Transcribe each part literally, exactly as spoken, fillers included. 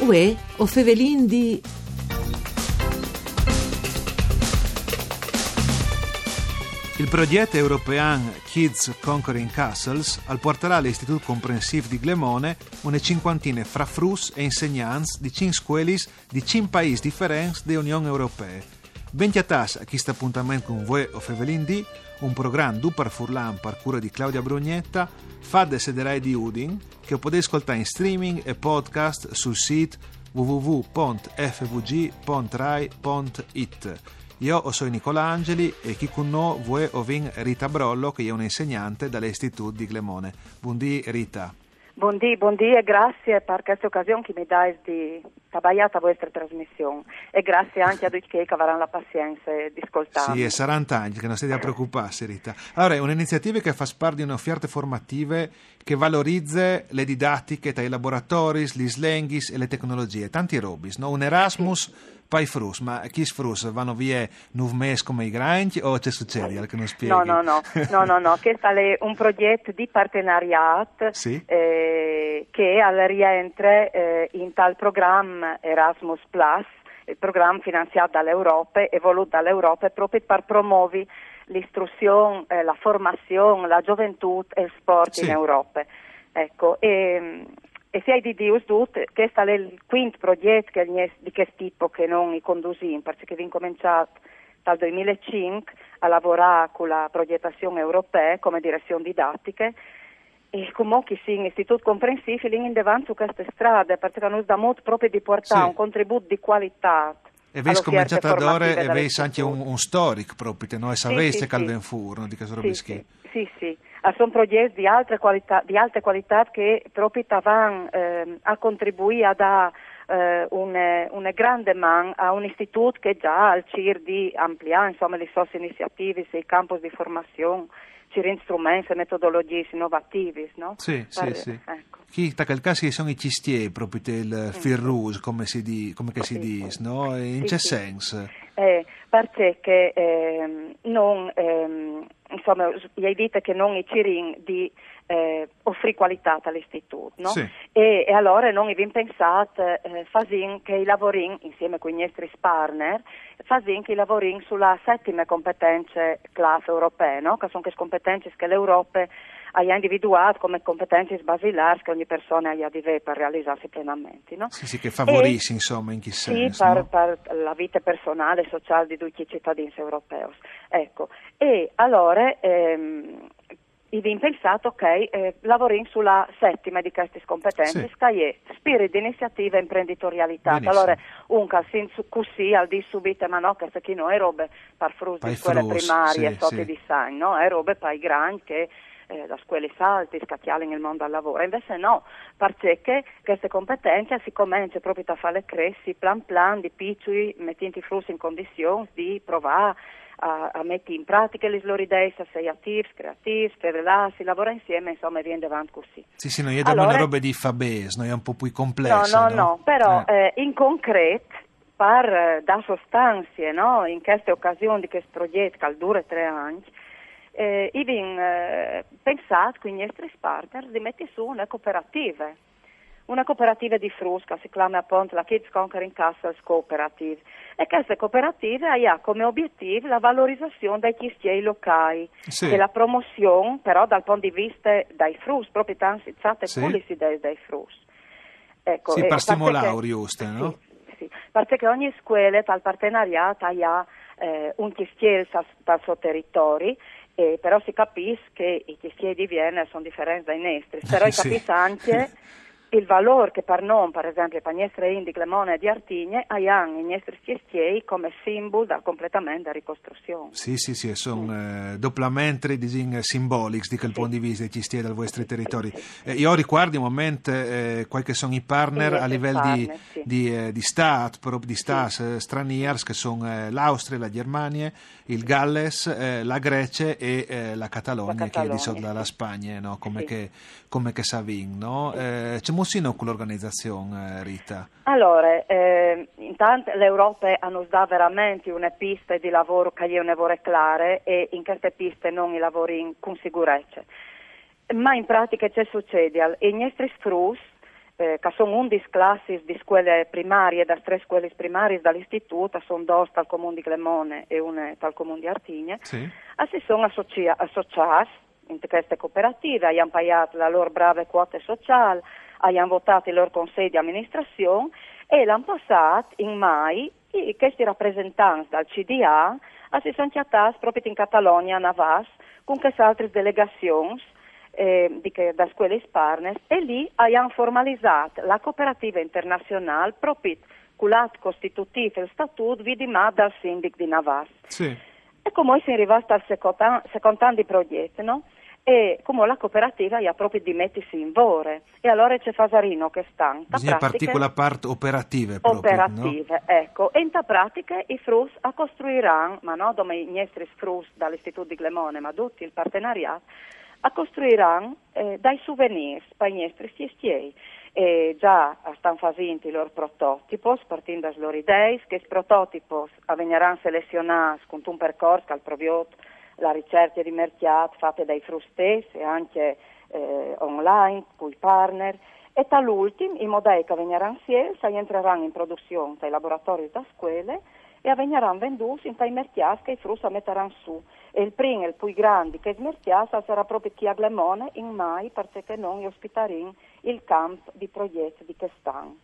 Uè, o fevelin di... Il progetto europeo Kids Conquering Castles al porterà all'Istituto Comprensivo di Glemone una cinquantina fra frus e insegnanti di cinque scuole di cinque paesi differenti dell'Unione Europea. Bentiatas a questo appuntamento con voi o fevelin di un programma du per Furlan per cura di Claudia Brugnetta, fa de sederai di Udin, che potete ascoltare in streaming e podcast sul sito w w w punto f v g punto rai punto it. Io sono Nicola Angeli e chi con noi vuoi ovin Rita Brollo, che è un'insegnante dall'Istituto di Glemone. Buondì Rita. Buondì, buondì e grazie per questa occasione che mi dai di trabalhare a vostra trasmissione e grazie anche a tutti che avranno la pazienza di ascoltare. Sì, e saranno tanti, che non stai a preoccuparsi Rita. Allora, è un'iniziativa che fa parte di offerte formative che valorizza le didattiche tra i laboratori, gli slenghis e le tecnologie, tanti robis, no? Un Erasmus... Sì. Poi frus, ma chi frus vanno via nove mesi come i granchi o c'è succede che non spieghi? No, no, no, no, no, no. Questo è un progetto di partenariato sì? eh, che rientra eh, in tal programma Erasmus Plus, il programma finanziato dall'Europa e voluto dall'Europa proprio per promuovere l'istruzione, eh, la formazione, la gioventù e il sport sì. in Europa. Ecco, e, E se hai di Dio tutto, questo è il quinto progetto che è di questo tipo che non conduciamo, perché abbiamo cominciato dal duemilacinque a lavorare con la progettazione europea come direzione didattica e comunque sì, l'Istituto Comprensivo è in davanti su queste strade perché non dà molto proprio di portare sì. un contributo di qualità. E avete cominciato ad ora e avete anche un, un storico proprio, no? E sapete sì, sì, che sì. Fur, di che sono sì, sì, sì, sì. Sono progetti di alta qualità, di alta qualità che proprio vanno eh, a contribuire a dare eh, una, una grande mano a un istituto che già al C I R di ampliare insomma, le sue iniziative, i campus di formazione, ci strumenti e metodologie innovative, no? Sì, per, sì, sì. Ecco. Chi sta quel caso sono i cistier proprio del fil rouge, come si di, come che si sì. dice, no? E in sì, che sì. senso? Eh, perché ehm, non ehm, insomma, gli dite che non i cirin di eh, offrire qualità all'istituto, no? Sì. E, e allora non abbiamo pensato eh, fasin che i lavorin insieme con i nostri partner fasin che i lavorin sulla settima competenze classe europea, no? Che sono queste competenze che l'Europa ha individuato come competenze basilari che ogni persona ha di avere per realizzarsi pienamente, no? Sì, sì, che favorisce, e, insomma, in chi sì, senso? per, no? per la vita personale e sociale di tutti i cittadini europei. Ecco, e allora ehm, abbiamo pensato che eh, lavoriamo sulla settima di queste competenze, sì. che è spirito di iniziativa e imprenditorialità. Benissimo. Allora, un calzin così al di subito, ma no, che se chi no è robe per frus di scuole primarie, sì, sotto sì. di design, no? È robe per i grandi che Eh, da scuole salti, scacchiali nel mondo al lavoro, invece no, perché queste competenze si comincia proprio a fare cressi, plan plan di piccoli, mettendo i flussi in condizioni di provare a, a mettere in pratica le loro idee, se sei attivi, creativi, si lavora insieme, insomma, e viene avanti così. Sì, sì, noi allora, una roba di Fabes, noi è un po' più complessa, no? No, no, no, però eh. Eh, in concreto, per eh, da sostanze, no, in queste occasioni di questo progetto che dura tre anni, Eh, abbiamo eh, pensato con i nostri partner di mettere su una cooperativa, una cooperativa di Frusca, si chiama appunto la Kids Conquering Castles Cooperative, e questa cooperativa ha come obiettivo la valorizzazione dei chiestieri locali sì. e la promozione però dal punto di vista dei frus, proprio tanti sì. policy dei, dei frus. Ecco, sì, per stimolare, che, giusto, no? Sì, sì, perché ogni scuola, dal partenariato, ha eh, un chiestiere dal suo territorio. Eh, però si capisce che i chiestieri di Vienna sono differenti dai nostri, però si capisce anche il valore che per noi, per esempio, per i nostri indi, Glemone e di Artigne, hanno i nostri chiestieri come simbolo da completamente da ricostruzione. Sì, sì, sì, sono mm. eh, doppiamente simbolici di quel sì. punto di vista dei chiestieri dal vostri territori. Sì, sì. Eh, io ricordo un momento eh, quali sono i partner I a livello di, sì. di, eh, di Stato, proprio di Stati sì. eh, stranieri, che sono eh, l'Austria, la Germania, il Galles, eh, la Grecia e eh, la Catalogna, la Catalogna, che è di sotto dalla sì. Spagna, no? come, sì. che, come che Savin, no? Sì. Eh, c'è mossino con l'organizzazione, eh, Rita? Allora, eh, intanto l'Europa ha nos dà veramente una pista di lavoro che io ne vorrei chiare e in queste piste non i lavori con sicurezza. Ma in pratica che succede? I nostri frus eh, che sono undici classi di scuole primarie, da tre scuole primarie dall'istituto, sono due dal comune di Glemone e una dal comune di Artigne, Sì. e si sono associ- associati in queste cooperative, hanno pagato la loro brave quote sociali, hanno votato i loro consigli di amministrazione e l'hanno passato in mai i, questi rappresentanti dal C D A si sono chiamati proprio in Catalogna, a Navas, con queste altre delegazioni eh, di che, da scuole partners, e lì hanno formalizzato la cooperativa internazionale proprio con l'atto costitutivo e il statuto vidimato dal sindaco di Navas. Sì. E come si è arrivato al secondo anno di progetto, no? E come la cooperativa ha proprio di mettersi in vore, e allora c'è Fasarino che sta Bisogna partire con la parte operativa proprio, operative, no? ecco, e in ta pratica i frus a costruiranno, ma non come i nostri frus dall'Istituto di Glemone, ma tutti il partenariato, a costruiranno eh, dai souvenirs per i nostri stiestieri. E già stanno facendo i loro prototipi, partendo dalle loro idee, che i prototipi verranno selezionati con un percorso al proviot la ricerca di mercato fatte dai frus stessi e anche eh, online con i partner, e dall'ultimo i modelli che verranno insieme entreranno in produzione dai laboratori da scuole e verranno venduti in tai mercati che i frus metteranno su. E il primo e il più grande che smerchiassa sarà proprio chi a Glemone in mai, perché non ospitarin il camp di progetto di quest'anno.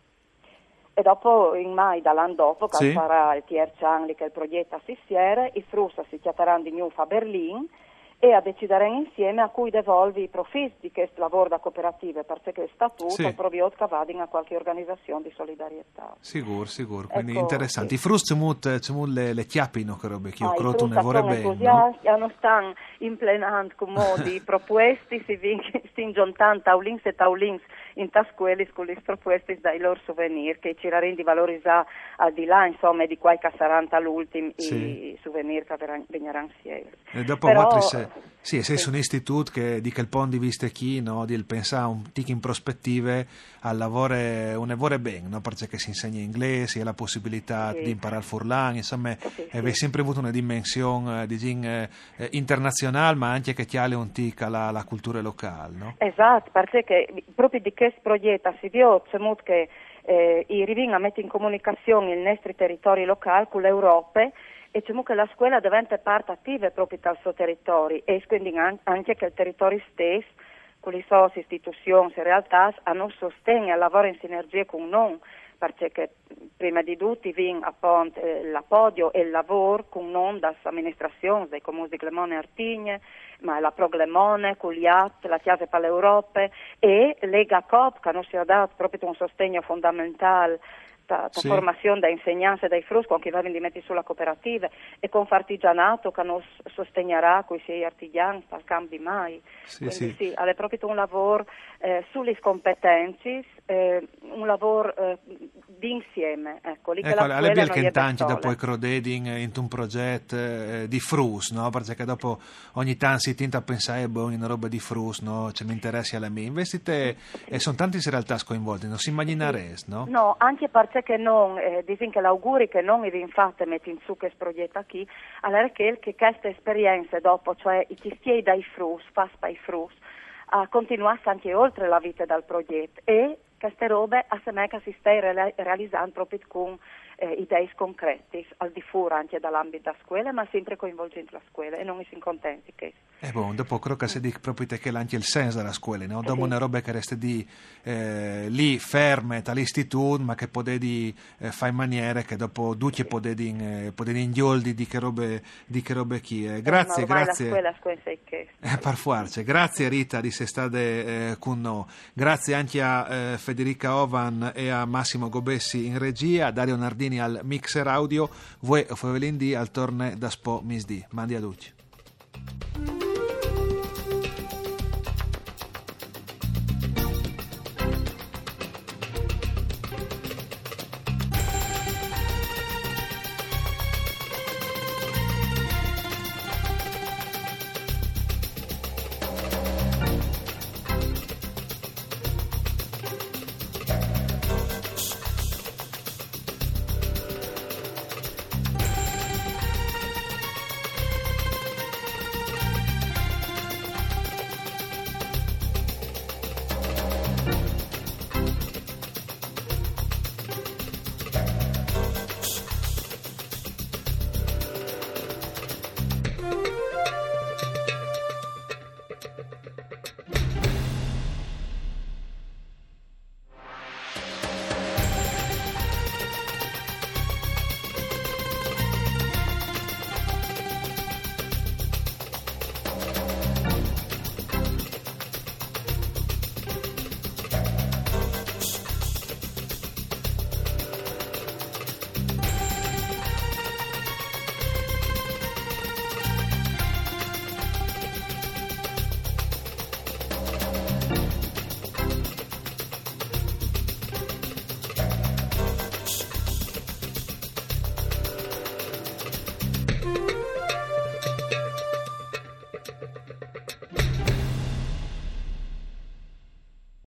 E dopo, in mai, dall'anno dopo, che Sì. sarà il terzo anno che il progetto si siere, i frus si chiateranno di nuovo a Berlino e a decidere insieme a cui devolvi i profitti di questo lavoro da cooperative, perché il statuto Sì. il proviot che vada a qualche organizzazione di solidarietà. Sicuro, sicuro, quindi Ecco, interessante. sì. I frus c'mut, c'mut le, le chiappino che robe che io Ah, credo i tu frus ne vorrei sono bene, no? entusiasti, hanno stanno implenando con modi proposti, si stingono taulins e taulins in tascueli con le proposte dai loro souvenir, che ci rendi valorizzare al di là, insomma, di qualche saranno all'ultimo Sì. i souvenir che verranno insieme. E dopo Però, altri se, sì, sei sì. su un istituto che di che il punto di vista chi, no, di pensare un tic in prospettive al lavoro un lavoro bene, no? Perché si insegna inglese, ha la possibilità Sì. di imparare il furlan, insomma, Sì, sì. aveva sempre avuto una dimensione di gin, eh, internazionale, ma anche che chiale un tic alla, alla cultura locale, no? Esatto, perché proprio di questo progetto si vede che eh, i Rivin a mettere in comunicazione i nostri territori locali con l'Europa, e diciamo che la scuola diventa parte attiva proprio dal suo territorio, e quindi anche che il territorio stesso, con le sue istituzioni e realtà, hanno sostegno e lavoro in sinergia con noi, perché prima di tutti viene appunto eh, l'appoggio e il lavoro con noi dalle amministrazioni, dai comuni di Glemone e Artigne, ma la Pro Glemone, con gli A T, la Chiesa per l'Europa e Lega Coop, che hanno dato proprio un sostegno fondamentale la Sì. formazione da insegnanze dai frus con chi va di mettere sulla cooperativa, e con Fartigianato che non sostegnerà con i sei artigiani al campo di mai. Sì, Quindi sì. sì, è proprio un lavoro eh, sulle competenze, eh, un lavoro eh, di insieme, ecco, lì che Ecco, la alle scuola biel non che è da tanti dopo sole. i crodeding in un progetto eh, di frus, no? Perché dopo ogni tanto si tenta a pensare, boh, in una roba di frus, no? Ce mi interessa alla mia. Investite, e sono tanti in realtà coinvolti, non si immaginare, no? No, anche perché non, eh, dicono che l'auguri che non vi infatti metti in su questo progetto qui, allora che, che queste esperienze dopo, cioè i chi stia dai frus, fa i frus, a continuare anche oltre la vita del progetto, e queste robe a me che si sta reali- realizzando proprio con eh, idee concrete, al di fuori anche dall'ambito della scuola, ma sempre coinvolgendo la scuola, e non si contenti che. E boh, dopo credo che si dica proprio te che anche il senso della scuola, no? Dopo Sì. una roba che resta di eh, lì ferme dall'istituto, ma che potete eh, fare in maniera che dopo tutti potete eh, potete inghioldi di che robe di che robe chi. Eh, grazie, Eh, ma ormai grazie. la scuola, la scuola sei che. Eh, per forza. Grazie Rita di essere state eh, con noi. Grazie anche a eh, Federica Ovan e a Massimo Gobessi in regia, a Dario Nardini al mixer audio, voi Fevelin di al torne da Spo Misdi. Mandi a tutti.